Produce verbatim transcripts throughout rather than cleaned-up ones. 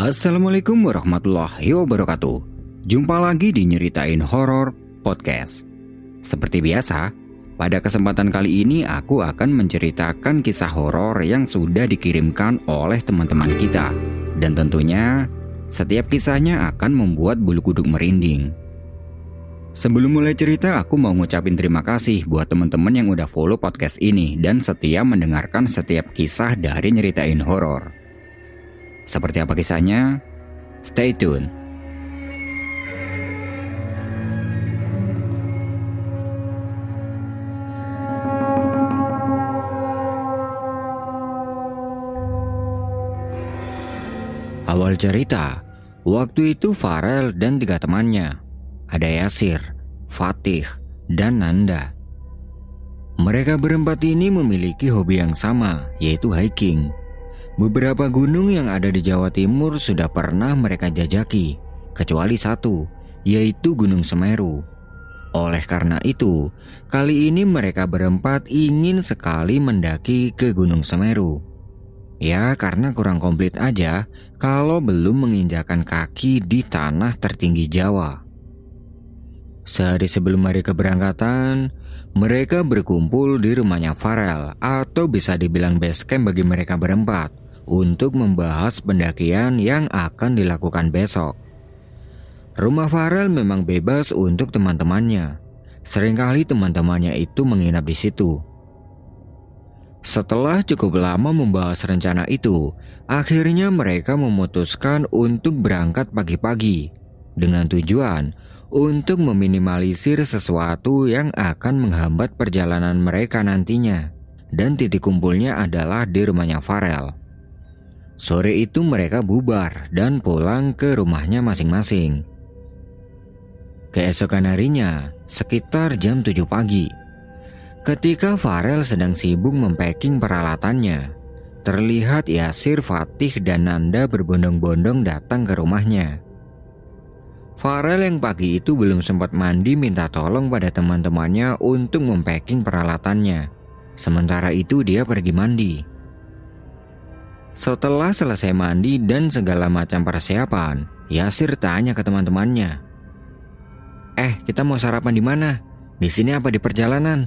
Assalamualaikum warahmatullahi wabarakatuh. Jumpa lagi di Nyeritain Horor Podcast. Seperti biasa, pada kesempatan kali ini aku akan menceritakan kisah horor yang sudah dikirimkan oleh teman-teman kita. Dan tentunya setiap kisahnya akan membuat bulu kuduk merinding. Sebelum mulai cerita, aku mau ngucapin terima kasih buat teman-teman yang udah follow podcast ini dan setia mendengarkan setiap kisah dari Nyeritain Horor. Seperti apa kisahnya? Stay tune. Awal cerita, waktu itu Farel dan tiga temannya, ada Yasir, Fatih, dan Nanda. Mereka berempat ini memiliki hobi yang sama, yaitu hiking. Beberapa gunung yang ada di Jawa Timur sudah pernah mereka jajaki, kecuali satu, yaitu Gunung Semeru. Oleh karena itu, kali ini mereka berempat ingin sekali mendaki ke Gunung Semeru. Ya, karena kurang komplit aja kalau belum menginjakan kaki di tanah tertinggi Jawa. Sehari sebelum hari keberangkatan, mereka berkumpul di rumahnya Farel, atau bisa dibilang base camp bagi mereka berempat, untuk membahas pendakian yang akan dilakukan besok. Rumah Farel memang bebas untuk teman-temannya. Seringkali teman-temannya itu menginap di situ. Setelah cukup lama membahas rencana itu, akhirnya mereka memutuskan untuk berangkat pagi-pagi dengan tujuan untuk meminimalisir sesuatu yang akan menghambat perjalanan mereka nantinya. Dan titik kumpulnya adalah di rumahnya Farel. Sore itu mereka bubar dan pulang ke rumahnya masing-masing. Keesokan harinya, sekitar jam tujuh pagi, ketika Farel sedang sibuk mempacking peralatannya, terlihat Yasir, Fatih, dan Nanda berbondong-bondong datang ke rumahnya. Farel yang pagi itu belum sempat mandi minta tolong pada teman-temannya untuk mempacking peralatannya. Sementara itu dia pergi mandi. Setelah selesai mandi dan segala macam persiapan, Yasir tanya ke teman-temannya, "Eh, kita mau sarapan di mana? Di sini apa di perjalanan?"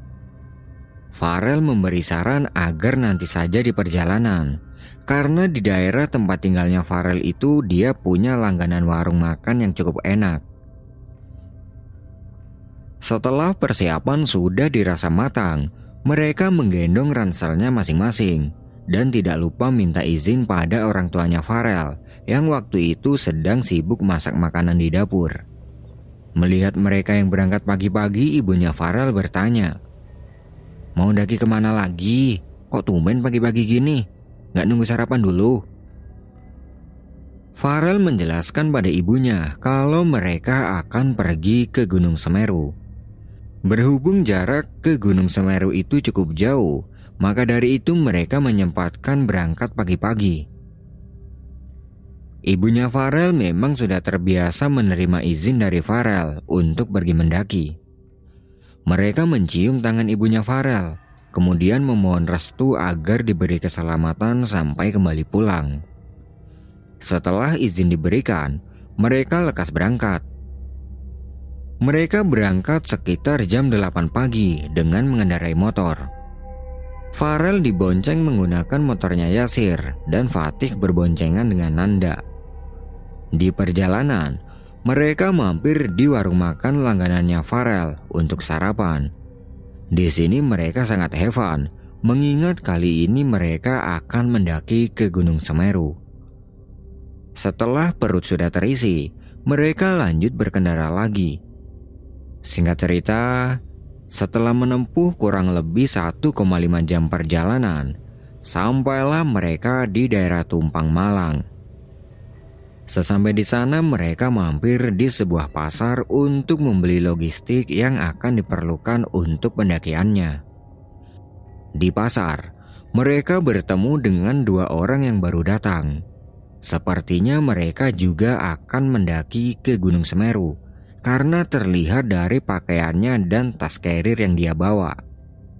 Farel memberi saran agar nanti saja di perjalanan, karena di daerah tempat tinggalnya Farel itu dia punya langganan warung makan yang cukup enak. Setelah persiapan sudah dirasa matang, mereka menggendong ranselnya masing-masing dan tidak lupa minta izin pada orang tuanya Farel yang waktu itu sedang sibuk masak makanan di dapur. Melihat mereka yang berangkat pagi-pagi, ibunya Farel bertanya, "Mau daki kemana lagi? Kok tumben pagi-pagi gini? Gak nunggu sarapan dulu?" Farel menjelaskan pada ibunya kalau mereka akan pergi ke Gunung Semeru. Berhubung jarak ke Gunung Semeru itu cukup jauh, maka dari itu mereka menyempatkan berangkat pagi-pagi. Ibunya Farel memang sudah terbiasa menerima izin dari Farel untuk pergi mendaki. Mereka mencium tangan ibunya Farel, kemudian memohon restu agar diberi keselamatan sampai kembali pulang. Setelah izin diberikan, mereka lekas berangkat. Mereka berangkat sekitar jam delapan pagi dengan mengendarai motor. Farel dibonceng menggunakan motornya Yasir dan Fatih berboncengan dengan Nanda. Di perjalanan, mereka mampir di warung makan langganannya Farel untuk sarapan. Di sini mereka sangat have fun, mengingat kali ini mereka akan mendaki ke Gunung Semeru. Setelah perut sudah terisi, mereka lanjut berkendara lagi. Singkat cerita, setelah menempuh kurang lebih satu koma lima jam perjalanan, sampailah mereka di daerah Tumpang, Malang. Sesampai di sana mereka mampir di sebuah pasar untuk membeli logistik yang akan diperlukan untuk pendakiannya. Di pasar, mereka bertemu dengan dua orang yang baru datang. Sepertinya mereka juga akan mendaki ke Gunung Semeru, karena terlihat dari pakaiannya dan tas carrier yang dia bawa.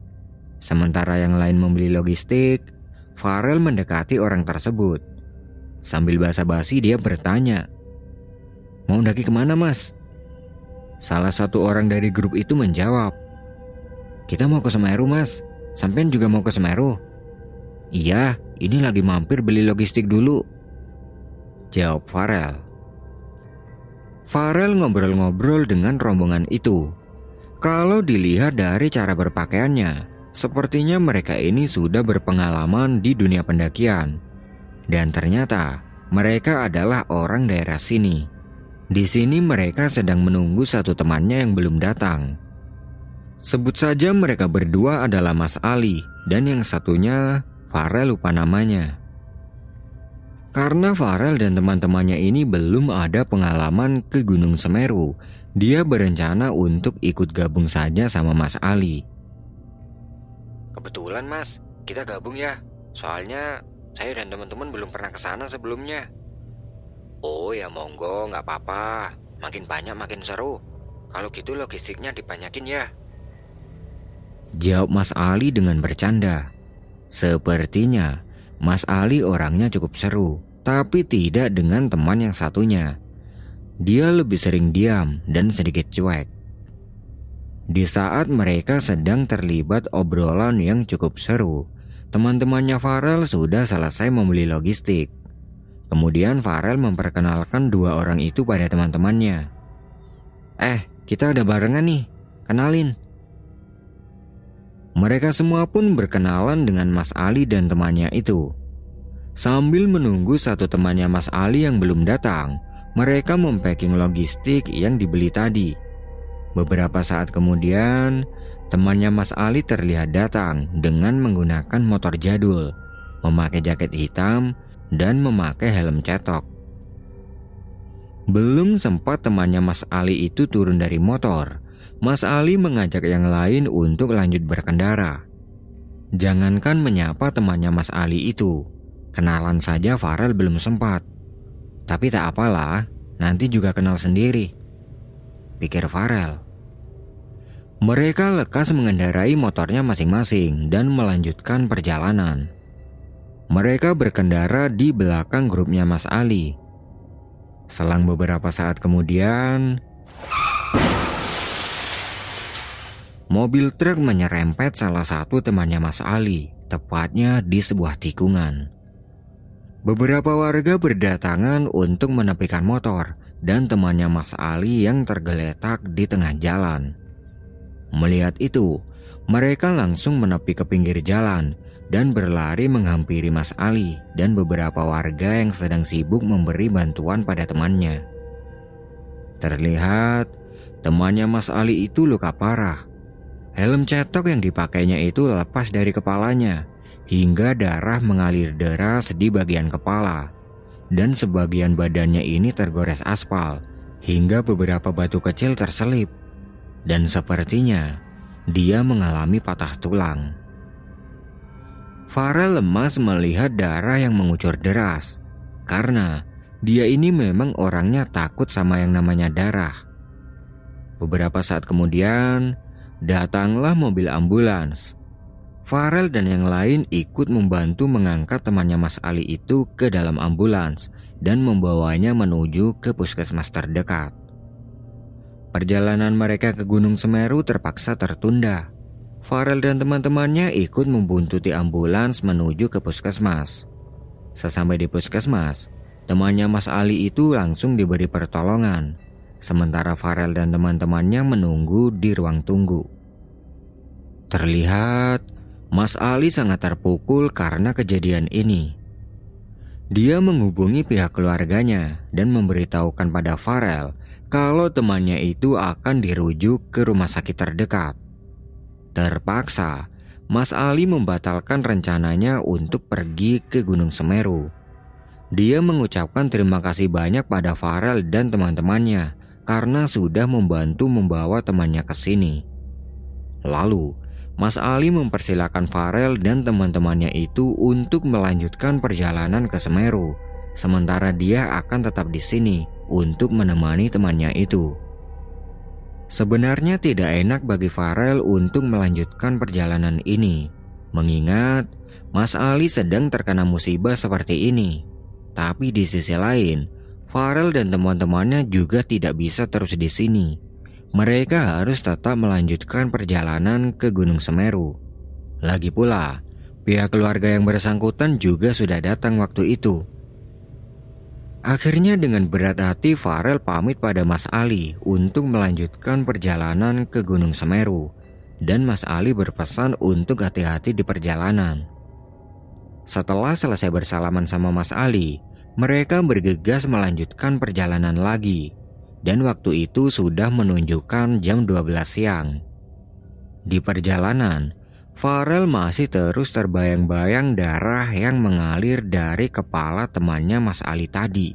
Sementara yang lain membeli logistik, Farel mendekati orang tersebut. Sambil basa-basi dia bertanya, "Mau daki kemana, Mas?" Salah satu orang dari grup itu menjawab, "Kita mau ke Semeru, Mas. Sampean juga mau ke Semeru?" "Iya, ini lagi mampir beli logistik dulu," jawab Farel. Farel ngobrol-ngobrol dengan rombongan itu. Kalau dilihat dari cara berpakaiannya, sepertinya mereka ini sudah berpengalaman di dunia pendakian. Dan ternyata mereka adalah orang daerah sini. Di sini mereka sedang menunggu satu temannya yang belum datang. Sebut saja mereka berdua adalah Mas Ali dan yang satunya Farel, lupa namanya. Karena Farel dan teman-temannya ini belum ada pengalaman ke Gunung Semeru, dia berencana untuk ikut gabung saja sama Mas Ali. "Kebetulan, Mas, kita gabung ya. Soalnya saya dan teman-teman belum pernah ke sana sebelumnya." "Oh ya monggo, nggak apa-apa. Makin banyak makin seru. Kalau gitu logistiknya dibanyakin ya," jawab Mas Ali dengan bercanda. Sepertinya Mas Ali orangnya cukup seru, tapi tidak dengan teman yang satunya. Dia lebih sering diam dan sedikit cuek. Di saat mereka sedang terlibat obrolan yang cukup seru, teman-temannya Farel sudah selesai membeli logistik. Kemudian Farel memperkenalkan dua orang itu pada teman-temannya. "Eh, kita udah barengan nih, kenalin." Mereka semua pun berkenalan dengan Mas Ali dan temannya itu. Sambil menunggu satu temannya Mas Ali yang belum datang, mereka mempacking logistik yang dibeli tadi. Beberapa saat kemudian, temannya Mas Ali terlihat datang dengan menggunakan motor jadul, memakai jaket hitam, dan memakai helm cetok. Belum sempat temannya Mas Ali itu turun dari motor, Mas Ali mengajak yang lain untuk lanjut berkendara. Jangankan menyapa temannya Mas Ali itu, kenalan saja Farel belum sempat. Tapi tak apalah, nanti juga kenal sendiri, pikir Farel. Mereka lekas mengendarai motornya masing-masing dan melanjutkan perjalanan. Mereka berkendara di belakang grupnya Mas Ali. Selang beberapa saat kemudian, mobil truk menyerempet salah satu temannya Mas Ali, tepatnya di sebuah tikungan. Beberapa warga berdatangan untuk menepikan motor dan temannya Mas Ali yang tergeletak di tengah jalan. Melihat itu, mereka langsung menepi ke pinggir jalan dan berlari menghampiri Mas Ali dan beberapa warga yang sedang sibuk memberi bantuan pada temannya. Terlihat temannya Mas Ali itu luka parah. Helm cetok yang dipakainya itu lepas dari kepalanya, hingga darah mengalir deras di bagian kepala, dan sebagian badannya ini tergores aspal, hingga beberapa batu kecil terselip, dan sepertinya dia mengalami patah tulang. Farel lemas melihat darah yang mengucur deras, karena dia ini memang orangnya takut sama yang namanya darah. Beberapa saat kemudian, datanglah mobil ambulans. Farel dan yang lain ikut membantu mengangkat temannya Mas Ali itu ke dalam ambulans dan membawanya menuju ke puskesmas terdekat. Perjalanan mereka ke Gunung Semeru terpaksa tertunda. Farel dan teman-temannya ikut membuntuti ambulans menuju ke puskesmas. Sesampai di puskesmas, temannya Mas Ali itu langsung diberi pertolongan, sementara Farel dan teman-temannya menunggu di ruang tunggu. Terlihat Mas Ali sangat terpukul karena kejadian ini. Dia menghubungi pihak keluarganya dan memberitahukan pada Farel kalau temannya itu akan dirujuk ke rumah sakit terdekat. Terpaksa, Mas Ali membatalkan rencananya untuk pergi ke Gunung Semeru. Dia mengucapkan terima kasih banyak pada Farel dan teman-temannya karena sudah membantu membawa temannya ke sini. Lalu, Mas Ali mempersilahkan Farel dan teman-temannya itu untuk melanjutkan perjalanan ke Semeru, sementara dia akan tetap di sini untuk menemani temannya itu. Sebenarnya tidak enak bagi Farel untuk melanjutkan perjalanan ini, mengingat Mas Ali sedang terkena musibah seperti ini. Tapi di sisi lain, Farel dan teman-temannya juga tidak bisa terus di sini. Mereka harus tetap melanjutkan perjalanan ke Gunung Semeru. Lagi pula, pihak keluarga yang bersangkutan juga sudah datang waktu itu. Akhirnya dengan berat hati Farel pamit pada Mas Ali untuk melanjutkan perjalanan ke Gunung Semeru. Dan Mas Ali berpesan untuk hati-hati di perjalanan. Setelah selesai bersalaman sama Mas Ali, mereka bergegas melanjutkan perjalanan lagi. Dan waktu itu sudah menunjukkan jam dua belas siang. Di perjalanan, Farel masih terus terbayang-bayang darah yang mengalir dari kepala temannya Mas Ali tadi.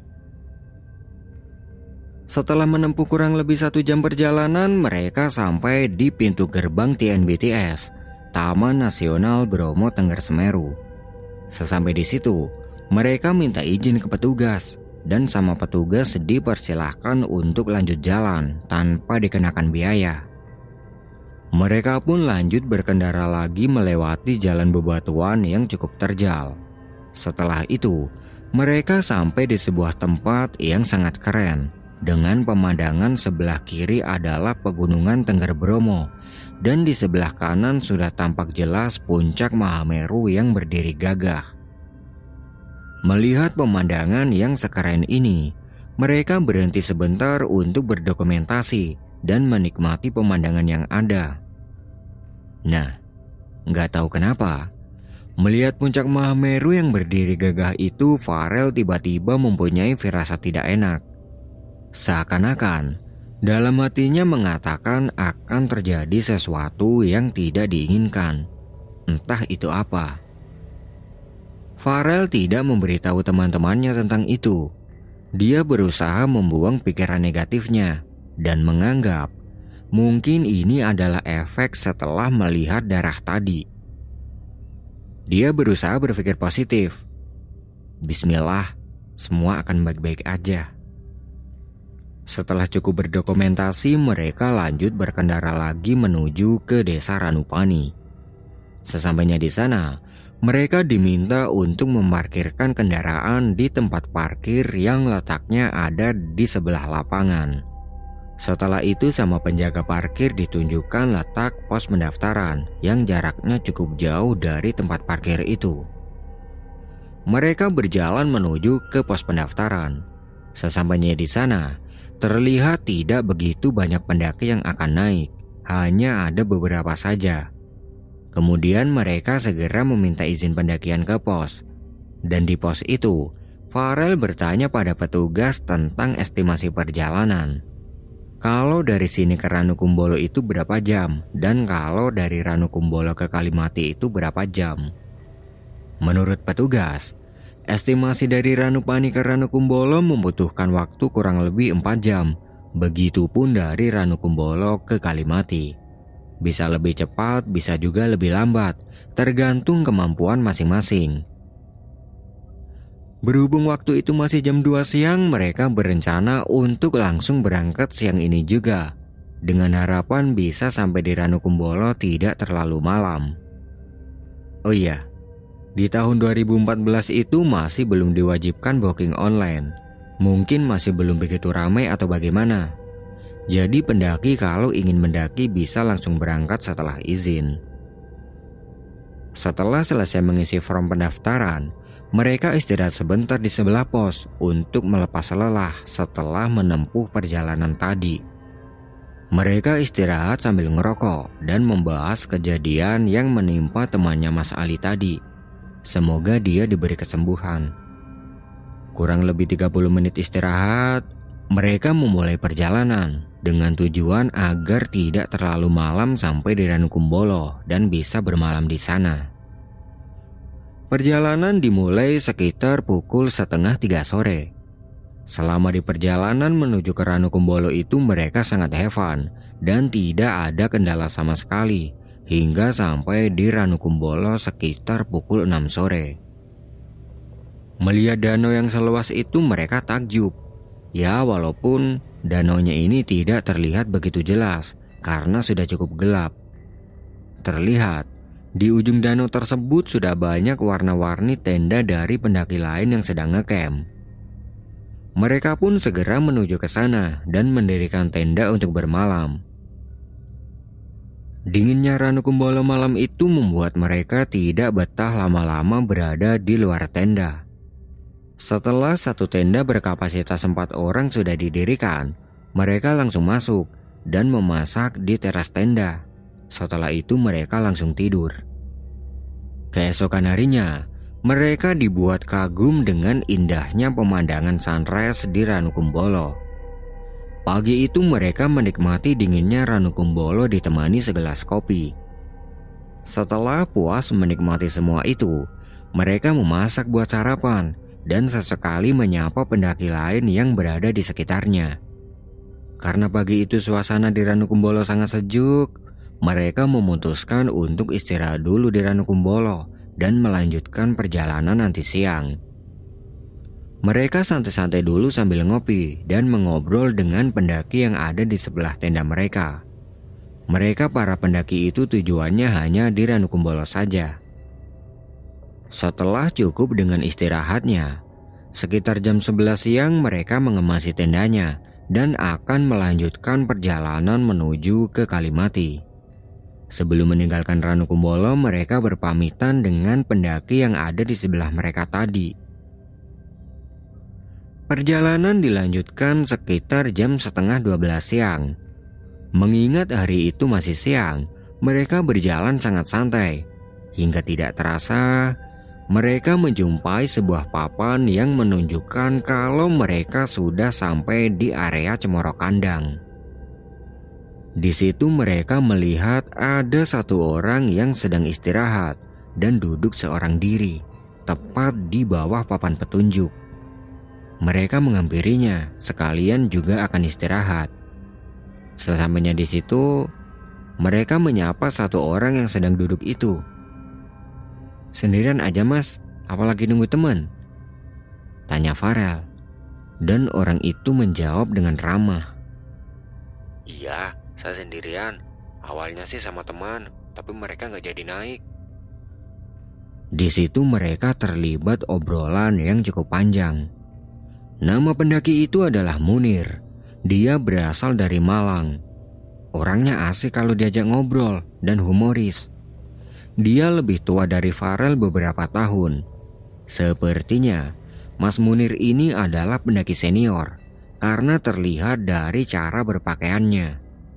Setelah menempuh kurang lebih satu jam perjalanan, mereka sampai di pintu gerbang T N B T S, Taman Nasional Bromo Tengger Semeru. Sesampai di situ, mereka minta izin ke petugas, dan sama petugas dipersilahkan untuk lanjut jalan tanpa dikenakan biaya. Mereka pun lanjut berkendara lagi melewati jalan bebatuan yang cukup terjal. Setelah itu, mereka sampai di sebuah tempat yang sangat keren. Dengan pemandangan sebelah kiri adalah pegunungan Tengger Bromo, dan di sebelah kanan sudah tampak jelas puncak Mahameru yang berdiri gagah. Melihat pemandangan yang sekeren ini, mereka berhenti sebentar untuk berdokumentasi dan menikmati pemandangan yang ada. Nah, nggak tahu kenapa, melihat puncak Mahameru yang berdiri gagah itu, Farel tiba-tiba mempunyai firasat tidak enak. Seakan-akan dalam hatinya mengatakan akan terjadi sesuatu yang tidak diinginkan. Entah itu apa. Farel tidak memberitahu teman-temannya tentang itu. Dia berusaha membuang pikiran negatifnya dan menganggap mungkin ini adalah efek setelah melihat darah tadi. Dia berusaha berpikir positif. Bismillah, semua akan baik-baik aja. Setelah cukup berdokumentasi, mereka lanjut berkendara lagi menuju ke desa Ranupani. Sesampainya di sana, mereka diminta untuk memarkirkan kendaraan di tempat parkir yang letaknya ada di sebelah lapangan. Setelah itu sama penjaga parkir ditunjukkan letak pos pendaftaran yang jaraknya cukup jauh dari tempat parkir itu. Mereka berjalan menuju ke pos pendaftaran. Sesampainya di sana, terlihat tidak begitu banyak pendaki yang akan naik, hanya ada beberapa saja. Kemudian mereka segera meminta izin pendakian ke pos. Dan di pos itu, Farel bertanya pada petugas tentang estimasi perjalanan. Kalau dari sini ke Ranukumbolo itu berapa jam, dan kalau dari Ranukumbolo ke Kalimati itu berapa jam. Menurut petugas, estimasi dari Ranupani ke Ranukumbolo membutuhkan waktu kurang lebih empat jam. Begitupun dari Ranukumbolo ke Kalimati. Bisa lebih cepat, bisa juga lebih lambat, tergantung kemampuan masing-masing. Berhubung waktu itu masih jam dua siang, mereka berencana untuk langsung berangkat siang ini juga, dengan harapan bisa sampai di Ranukumbolo tidak terlalu malam. Oh iya, di tahun dua ribu empat belas itu masih belum diwajibkan booking online. Mungkin masih belum begitu ramai atau bagaimana. Jadi pendaki kalau ingin mendaki bisa langsung berangkat setelah izin. Setelah selesai mengisi form pendaftaran, mereka istirahat sebentar di sebelah pos untuk melepas lelah setelah menempuh perjalanan tadi. Mereka istirahat sambil ngerokok dan membahas kejadian yang menimpa temannya Mas Ali tadi. Semoga dia diberi kesembuhan. Kurang lebih tiga puluh menit istirahat, mereka memulai perjalanan dengan tujuan agar tidak terlalu malam sampai di Ranukumbolo dan bisa bermalam di sana. Perjalanan dimulai sekitar pukul setengah tiga sore. Selama di perjalanan menuju ke Ranukumbolo itu mereka sangat have fun dan tidak ada kendala sama sekali hingga sampai di Ranukumbolo sekitar pukul enam sore. Melihat danau yang seluas itu mereka takjub. Ya walaupun danaunya ini tidak terlihat begitu jelas karena sudah cukup gelap. Terlihat Di ujung danau tersebut sudah banyak warna-warni tenda dari pendaki lain yang sedang ngecamp. Mereka pun segera menuju ke sana dan mendirikan tenda untuk bermalam. Dinginnya Ranukumbolo malam itu membuat mereka tidak betah lama-lama berada di luar tenda. Setelah satu tenda berkapasitas empat orang sudah didirikan, mereka langsung masuk dan memasak di teras tenda. Setelah itu mereka langsung tidur. Keesokan harinya, mereka dibuat kagum dengan indahnya pemandangan sunrise di Ranukumbolo. Pagi itu mereka menikmati dinginnya Ranukumbolo ditemani segelas kopi. Setelah puas menikmati semua itu, mereka memasak buat sarapan dan sesekali menyapa pendaki lain yang berada di sekitarnya. Karena pagi itu suasana di Ranukumbolo sangat sejuk, mereka memutuskan untuk istirahat dulu di Ranukumbolo dan melanjutkan perjalanan nanti siang. Mereka santai-santai dulu sambil ngopi dan mengobrol dengan pendaki yang ada di sebelah tenda mereka. Mereka para pendaki itu tujuannya hanya di Ranukumbolo saja. Setelah cukup dengan istirahatnya, sekitar jam sebelas siang mereka mengemasi tendanya dan akan melanjutkan perjalanan menuju ke Kalimati. Sebelum meninggalkan Ranukumbolo, mereka berpamitan dengan pendaki yang ada di sebelah mereka tadi. Perjalanan dilanjutkan sekitar jam setengah dua belas siang. Mengingat hari itu masih siang, mereka berjalan sangat santai. Hingga tidak terasa, mereka menjumpai sebuah papan yang menunjukkan kalau mereka sudah sampai di area Cemoro Kandang. Di situ mereka melihat ada satu orang yang sedang istirahat dan duduk seorang diri, tepat di bawah papan petunjuk. Mereka menghampirinya, sekalian juga akan istirahat. Sesampainya di situ, mereka menyapa satu orang yang sedang duduk itu. "Sendirian aja mas, apalagi nunggu teman?" tanya Farel. Dan orang itu menjawab dengan ramah. "Iya, saya sendirian. Awalnya sih sama teman, tapi mereka nggak jadi naik." Di situ mereka terlibat obrolan yang cukup panjang. Nama pendaki itu adalah Munir. Dia berasal dari Malang. Orangnya asik kalau diajak ngobrol dan humoris. Dia lebih tua dari Farel beberapa tahun. Sepertinya Mas Munir ini adalah pendaki senior karena terlihat dari cara berpakaiannya.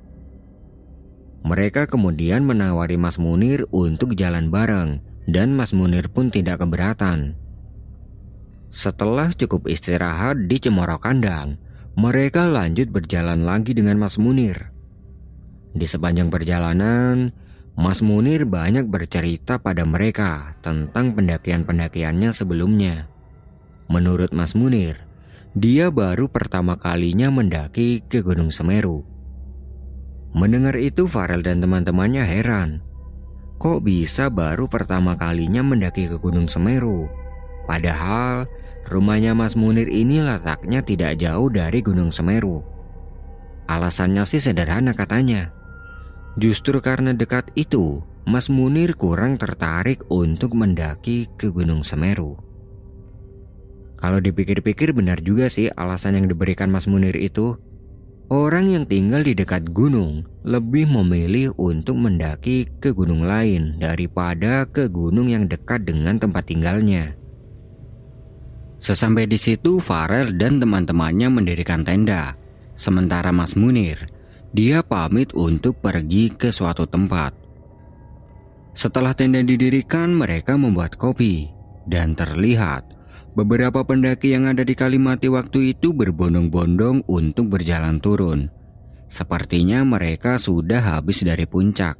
Mereka kemudian menawari Mas Munir untuk jalan bareng dan Mas Munir pun tidak keberatan. Setelah cukup istirahat di Cemoro Kandang, mereka lanjut berjalan lagi dengan Mas Munir. Di sepanjang perjalanan, Mas Munir banyak bercerita pada mereka tentang pendakian-pendakiannya sebelumnya. Menurut Mas Munir, dia baru pertama kalinya mendaki ke Gunung Semeru. Mendengar itu Farel dan teman-temannya heran. Kok bisa baru pertama kalinya mendaki ke Gunung Semeru? Padahal rumahnya Mas Munir ini letaknya tidak jauh dari Gunung Semeru. Alasannya sih sederhana katanya. Justru karena dekat itu, Mas Munir kurang tertarik untuk mendaki ke Gunung Semeru. Kalau dipikir-pikir benar juga sih alasan yang diberikan Mas Munir itu. Orang yang tinggal di dekat gunung lebih memilih untuk mendaki ke gunung lain daripada ke gunung yang dekat dengan tempat tinggalnya. Sesampai di situ, Farel dan teman-temannya mendirikan tenda. Sementara Mas Munir, dia pamit untuk pergi ke suatu tempat. Setelah tenda didirikan, mereka membuat kopi. Dan terlihat beberapa pendaki yang ada di Kalimati waktu itu berbondong-bondong untuk berjalan turun. Sepertinya mereka sudah habis dari puncak.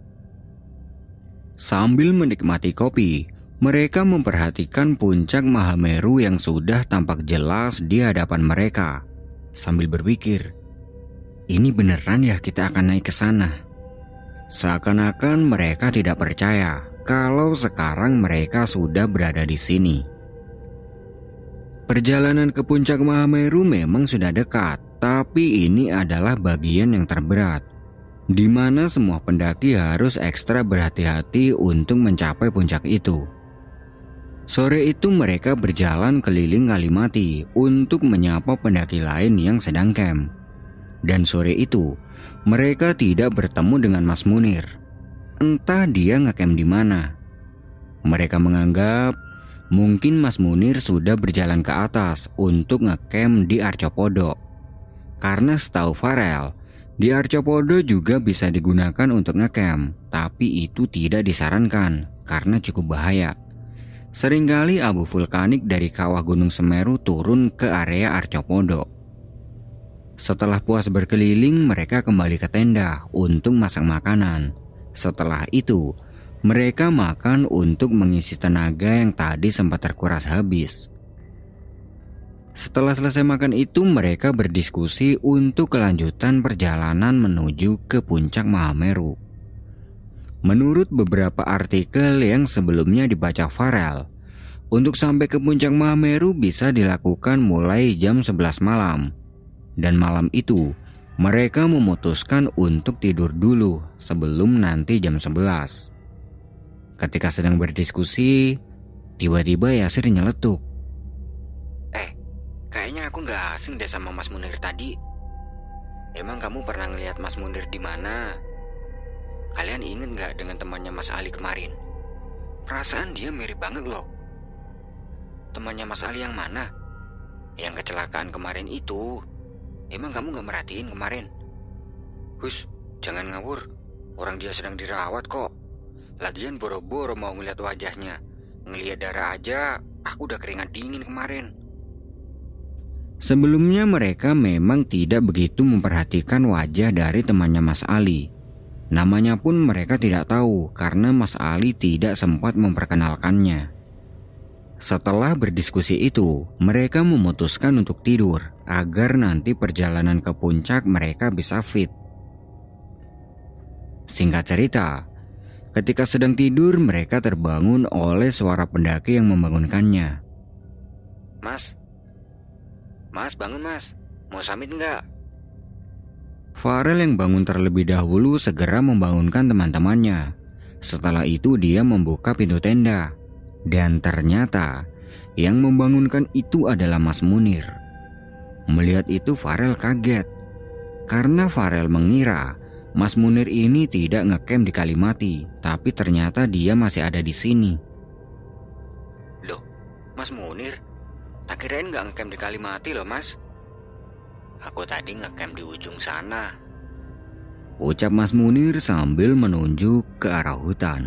Sambil menikmati kopi, mereka memperhatikan puncak Mahameru yang sudah tampak jelas di hadapan mereka. Sambil berpikir, ini beneran ya kita akan naik ke sana? Seakan-akan mereka tidak percaya kalau sekarang mereka sudah berada di sini. Perjalanan ke puncak Mahameru memang sudah dekat, tapi ini adalah bagian yang terberat. di mana semua pendaki harus ekstra berhati-hati untuk mencapai puncak itu. Sore itu mereka berjalan keliling Kalimati untuk menyapa pendaki lain yang sedang camp. Dan sore itu, mereka tidak bertemu dengan Mas Munir. Entah dia ngecamp di mana. Mereka menganggap mungkin Mas Munir sudah berjalan ke atas untuk ngecamp di Arcopodo. Karena setahu Farel, di Arcopodo juga bisa digunakan untuk ngecamp, tapi itu tidak disarankan karena cukup bahaya. Seringkali abu vulkanik dari kawah Gunung Semeru turun ke area Arcopodo. Setelah puas berkeliling, mereka kembali ke tenda untuk masak makanan. Setelah itu, mereka makan untuk mengisi tenaga yang tadi sempat terkuras habis. Setelah selesai makan itu, mereka berdiskusi untuk kelanjutan perjalanan menuju ke puncak Mahameru. Menurut beberapa artikel yang sebelumnya dibaca Farel, untuk sampai ke puncak Mahameru bisa dilakukan mulai jam sebelas malam. Dan malam itu, mereka memutuskan untuk tidur dulu sebelum nanti jam sebelas. Ketika sedang berdiskusi, tiba-tiba Yasir nyeletuk. Eh, kayaknya aku gak asing deh sama Mas Munir tadi. Emang kamu pernah ngelihat Mas Munir di mana? Kalian inget gak dengan temannya Mas Ali kemarin? Perasaan dia mirip banget loh. Temannya Mas Ali yang mana? Yang kecelakaan kemarin itu. Emang kamu gak merhatiin kemarin? Hus, jangan ngawur. Orang dia sedang dirawat kok. Lagian boro-boro mau ngeliat wajahnya. Ngeliat darah aja, aku udah keringat dingin kemarin. Sebelumnya mereka memang tidak begitu memperhatikan wajah dari temannya Mas Ali. Namanya pun mereka tidak tahu karena Mas Ali tidak sempat memperkenalkannya. Setelah berdiskusi itu, mereka memutuskan untuk tidur agar nanti perjalanan ke puncak mereka bisa fit. Singkat cerita, ketika sedang tidur mereka terbangun oleh suara pendaki yang membangunkannya. Mas, Mas bangun mas, mau summit nggak? Farel yang bangun terlebih dahulu segera membangunkan teman-temannya. Setelah itu dia membuka pintu tenda. Dan ternyata yang membangunkan itu adalah Mas Munir. Melihat itu Farel kaget. Karena Farel mengira Mas Munir ini tidak ngecamp di Kalimati, tapi ternyata dia masih ada di sini. Loh, Mas Munir? Tak kirain nggak ngecamp di Kalimati loh mas. Aku tadi ngecamp di ujung sana, ucap Mas Munir sambil menunjuk ke arah hutan.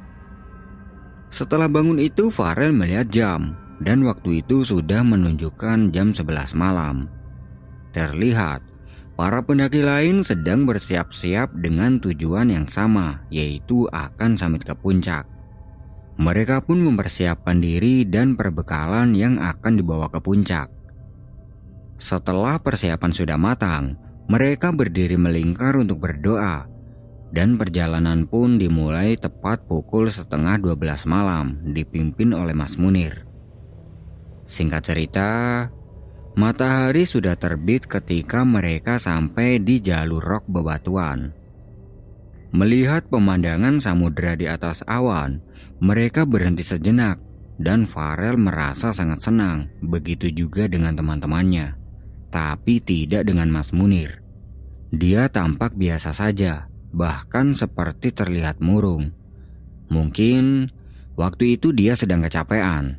Setelah bangun itu Farel melihat jam, dan waktu itu sudah menunjukkan jam sebelas malam. Terlihat para pendaki lain sedang bersiap-siap dengan tujuan yang sama, yaitu akan summit ke puncak. Mereka pun mempersiapkan diri dan perbekalan yang akan dibawa ke puncak. Setelah persiapan sudah matang, mereka berdiri melingkar untuk berdoa. Dan perjalanan pun dimulai tepat pukul setengah dua belas malam, dipimpin oleh Mas Munir. Singkat cerita, matahari sudah terbit ketika mereka sampai di jalur rok bebatuan. Melihat pemandangan samudera di atas awan, mereka berhenti sejenak dan Farel merasa sangat senang, begitu juga dengan teman-temannya. Tapi tidak dengan Mas Munir. Dia tampak biasa saja, bahkan seperti terlihat murung. Mungkin waktu itu dia sedang kecapean.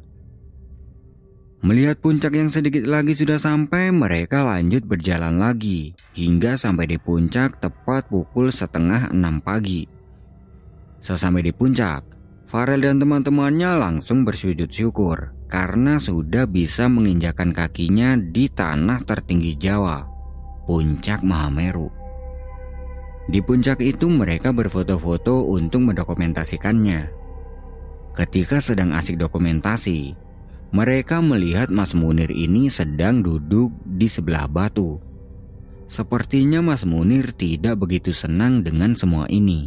Melihat puncak yang sedikit lagi sudah sampai, mereka lanjut berjalan lagi hingga sampai di puncak tepat pukul setengah enam pagi. Sesampai di puncak, Farel dan teman-temannya langsung bersujud syukur karena sudah bisa menginjakan kakinya di tanah tertinggi Jawa, puncak Mahameru. Di puncak itu mereka berfoto-foto untuk mendokumentasikannya. Ketika sedang asik dokumentasi, mereka melihat Mas Munir ini sedang duduk di sebelah batu. Sepertinya Mas Munir tidak begitu senang dengan semua ini.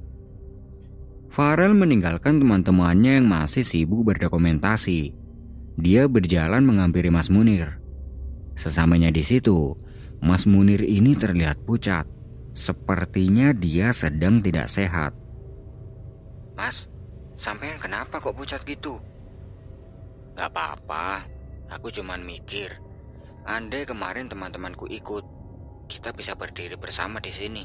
Farel meninggalkan teman-temannya yang masih sibuk berdokumentasi. Dia berjalan menghampiri Mas Munir. Sesamanya di situ, Mas Munir ini terlihat pucat. Sepertinya dia sedang tidak sehat. Mas, sampean kenapa kok pucat gitu? Gak apa-apa, aku cuman mikir, andai kemarin teman-temanku ikut, kita bisa berdiri bersama di sini.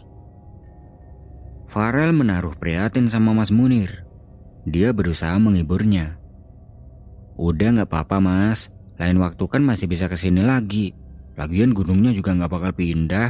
Farel menaruh prihatin sama Mas Munir. Dia berusaha menghiburnya. Udah gak apa-apa mas, lain waktu kan masih bisa kesini lagi. Lagian gunungnya juga gak bakal pindah.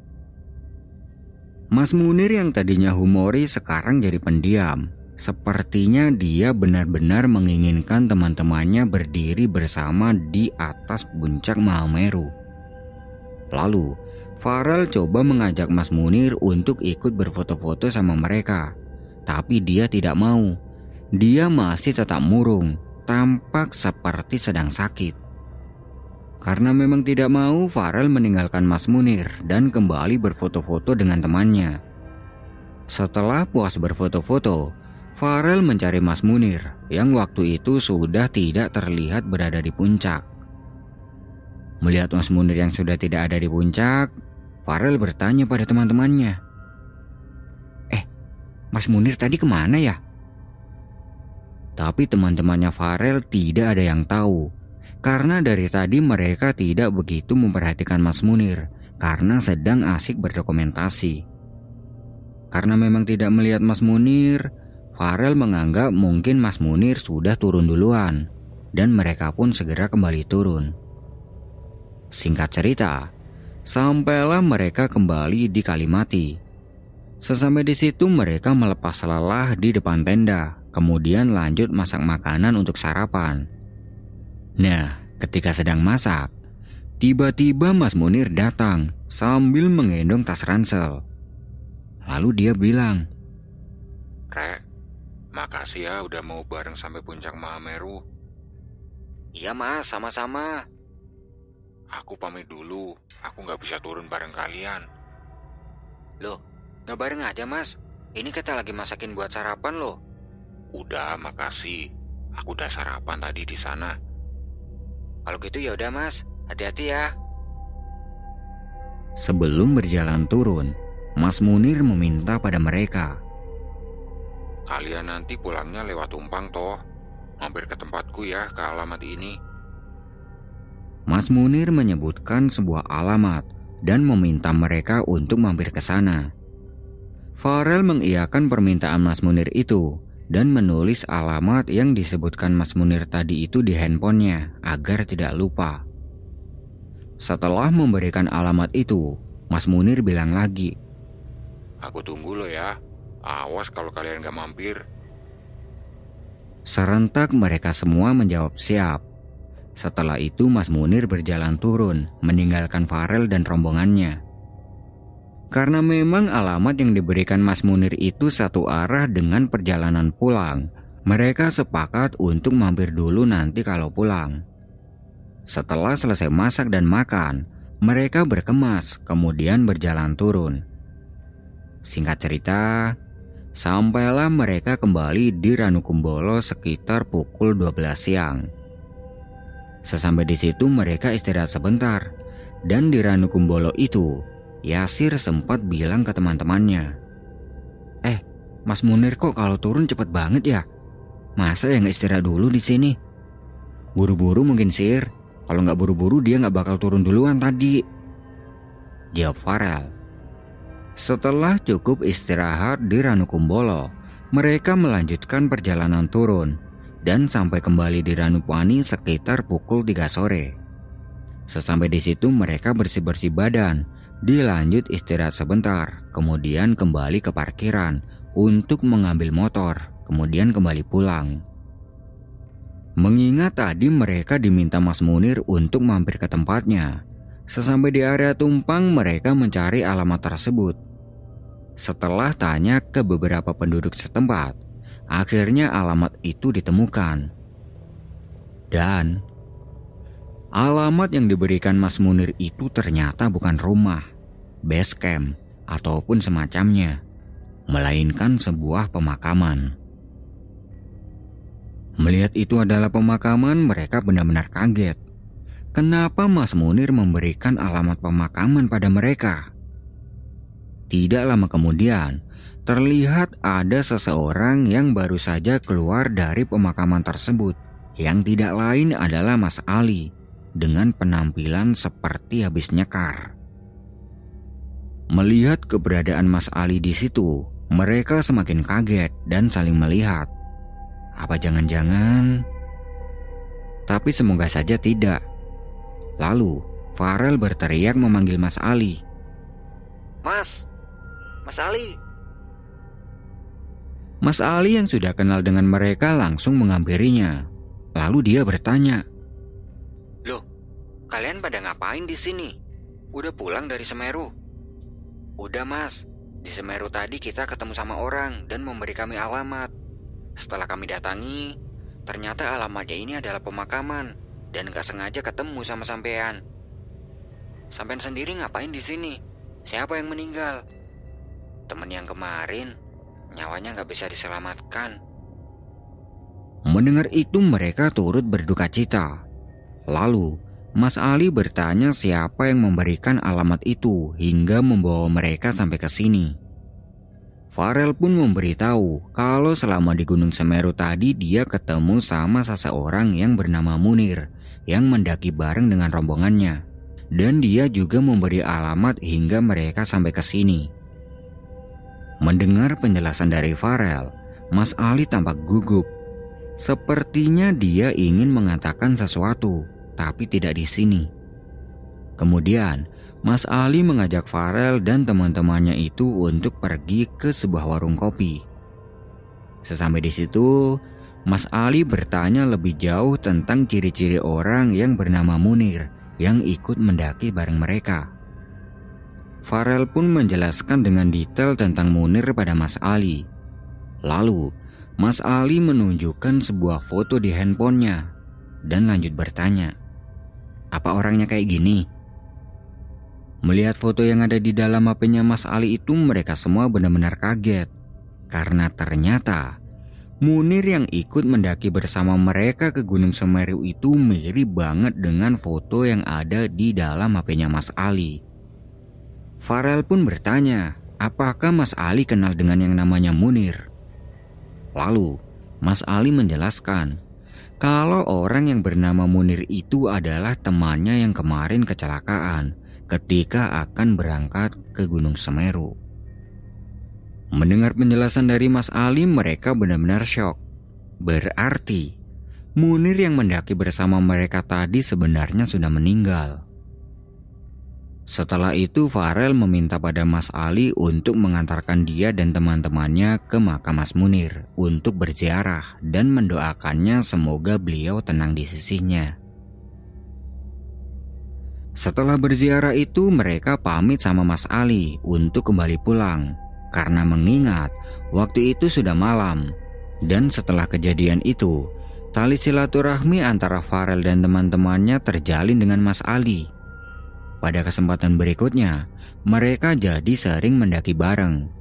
Mas Munir yang tadinya humoris sekarang jadi pendiam. Sepertinya dia benar-benar menginginkan teman-temannya berdiri bersama di atas puncak Mahameru. Lalu, Farel coba mengajak Mas Munir untuk ikut berfoto-foto sama mereka. Tapi dia tidak mau. Dia masih tetap murung, tampak seperti sedang sakit. Karena memang tidak mau, Farel meninggalkan Mas Munir dan kembali berfoto-foto dengan temannya. Setelah puas berfoto-foto, Farel mencari Mas Munir yang waktu itu sudah tidak terlihat berada di puncak. Melihat Mas Munir yang sudah tidak ada di puncak, Farel bertanya pada teman-temannya, "Eh, Mas Munir tadi kemana ya?" Tapi teman-temannya Farel tidak ada yang tahu. Karena dari tadi mereka tidak begitu memperhatikan Mas Munir karena sedang asik berdokumentasi. Karena memang tidak melihat Mas Munir, Farel menganggap mungkin Mas Munir sudah turun duluan dan mereka pun segera kembali turun. Singkat cerita, sampailah mereka kembali di Kalimati. Sesampai di situ mereka melepas lelah di depan tenda, kemudian lanjut masak makanan untuk sarapan. Nah, ketika sedang masak, tiba-tiba Mas Munir datang sambil menggendong tas ransel. Lalu dia bilang, "Rek, makasih ya udah mau bareng sampai puncak Mahameru." "Iya mas, sama-sama." "Aku pamit dulu, aku gak bisa turun bareng kalian." "Loh, gak bareng aja mas? Ini kita lagi masakin buat sarapan loh." "Udah, makasih. Aku udah sarapan tadi di sana." "Kalau gitu ya udah mas, hati-hati ya." Sebelum berjalan turun, Mas Munir meminta pada mereka, "Kalian nanti pulangnya lewat Tumpang toh. Mampir ke tempatku ya, ke alamat ini." Mas Munir menyebutkan sebuah alamat dan meminta mereka untuk mampir ke sana. Farel mengiyakan permintaan Mas Munir itu dan menulis alamat yang disebutkan Mas Munir tadi itu di handphonenya agar tidak lupa. Setelah memberikan alamat itu, Mas Munir bilang lagi, "Aku tunggu lo ya. Awas kalau kalian gak mampir." Serentak mereka semua menjawab siap. Setelah itu Mas Munir berjalan turun, meninggalkan Farel dan rombongannya. Karena memang alamat yang diberikan Mas Munir itu satu arah dengan perjalanan pulang, mereka sepakat untuk mampir dulu nanti kalau pulang. Setelah selesai masak dan makan, mereka berkemas kemudian berjalan turun. Singkat cerita, sampailah mereka kembali di Ranukumbolo sekitar pukul dua belas siang. Sesampai di situ mereka istirahat sebentar, dan di Ranukumbolo itu Yasir sempat bilang ke teman-temannya, "Eh, Mas Munir kok kalau turun cepet banget ya? Masa ya nggak istirahat dulu di sini? Buru-buru mungkin Sir. Kalau nggak buru-buru dia nggak bakal turun duluan tadi," jawab Farel. Setelah cukup istirahat di Ranukumbolo, mereka melanjutkan perjalanan turun dan sampai kembali di Ranupani sekitar pukul tiga sore. Sesampai di situ mereka bersih-bersih badan, dilanjut istirahat sebentar, kemudian kembali ke parkiran untuk mengambil motor, kemudian kembali pulang. Mengingat tadi mereka diminta Mas Munir untuk mampir ke tempatnya, sesampai di area Tumpang mereka mencari alamat tersebut. Setelah tanya ke beberapa penduduk setempat, akhirnya alamat itu ditemukan. Dan alamat yang diberikan Mas Munir itu ternyata bukan rumah, base camp, ataupun semacamnya, melainkan sebuah pemakaman. Melihat itu adalah pemakaman, mereka benar-benar kaget. Kenapa Mas Munir memberikan alamat pemakaman pada mereka? Tidak lama kemudian, terlihat ada seseorang yang baru saja keluar dari pemakaman tersebut, yang tidak lain adalah Mas Ali, dengan penampilan seperti habis nyekar. Melihat keberadaan Mas Ali di situ, mereka semakin kaget dan saling melihat. Apa jangan-jangan? Tapi semoga saja tidak. Lalu, Farel berteriak memanggil Mas Ali. Mas, Mas Ali. Mas Ali yang sudah kenal dengan mereka langsung menghampirinya. Lalu dia bertanya, Loh, kalian pada ngapain di sini? Udah pulang dari Semeru? Udah mas, di Semeru tadi kita ketemu sama orang dan memberi kami alamat. Setelah kami datangi, ternyata alamatnya ini adalah pemakaman dan gak sengaja ketemu sama sampean. Sampean sendiri ngapain di sini? Siapa yang meninggal? Temen yang kemarin, nyawanya gak bisa diselamatkan. Mendengar itu mereka turut berduka cita. Lalu Mas Ali bertanya siapa yang memberikan alamat itu hingga membawa mereka sampai ke sini. Farel pun memberitahu kalau selama di Gunung Semeru tadi dia ketemu sama seseorang yang bernama Munir yang mendaki bareng dengan rombongannya. Dan dia juga memberi alamat hingga mereka sampai ke sini. Mendengar penjelasan dari Farel, Mas Ali tampak gugup. Sepertinya dia ingin mengatakan sesuatu, tapi tidak di sini. Kemudian, Mas Ali mengajak Farel dan teman-temannya itu untuk pergi ke sebuah warung kopi. Sesampai di situ, Mas Ali bertanya lebih jauh tentang ciri-ciri orang yang bernama Munir yang ikut mendaki bareng mereka. Farel pun menjelaskan dengan detail tentang Munir pada Mas Ali. Lalu, Mas Ali menunjukkan sebuah foto di handphonenya dan lanjut bertanya, apa orangnya kayak gini? Melihat foto yang ada di dalam H P-nya Mas Ali itu, mereka semua benar-benar kaget. Karena ternyata Munir yang ikut mendaki bersama mereka ke Gunung Semeru itu mirip banget dengan foto yang ada di dalam H P-nya Mas Ali. Farel pun bertanya, apakah Mas Ali kenal dengan yang namanya Munir? Lalu, Mas Ali menjelaskan kalau orang yang bernama Munir itu adalah temannya yang kemarin kecelakaan ketika akan berangkat ke Gunung Semeru. Mendengar penjelasan dari Mas Ali, mereka benar-benar syok. Berarti, Munir yang mendaki bersama mereka tadi sebenarnya sudah meninggal. Setelah itu Farel meminta pada Mas Ali untuk mengantarkan dia dan teman-temannya ke makam Mas Munir untuk berziarah dan mendoakannya semoga beliau tenang di sisinya. Setelah berziarah itu mereka pamit sama Mas Ali untuk kembali pulang karena mengingat waktu itu sudah malam. Dan setelah kejadian itu, tali silaturahmi antara Farel dan teman-temannya terjalin dengan Mas Ali. Pada kesempatan berikutnya, mereka jadi sering mendaki bareng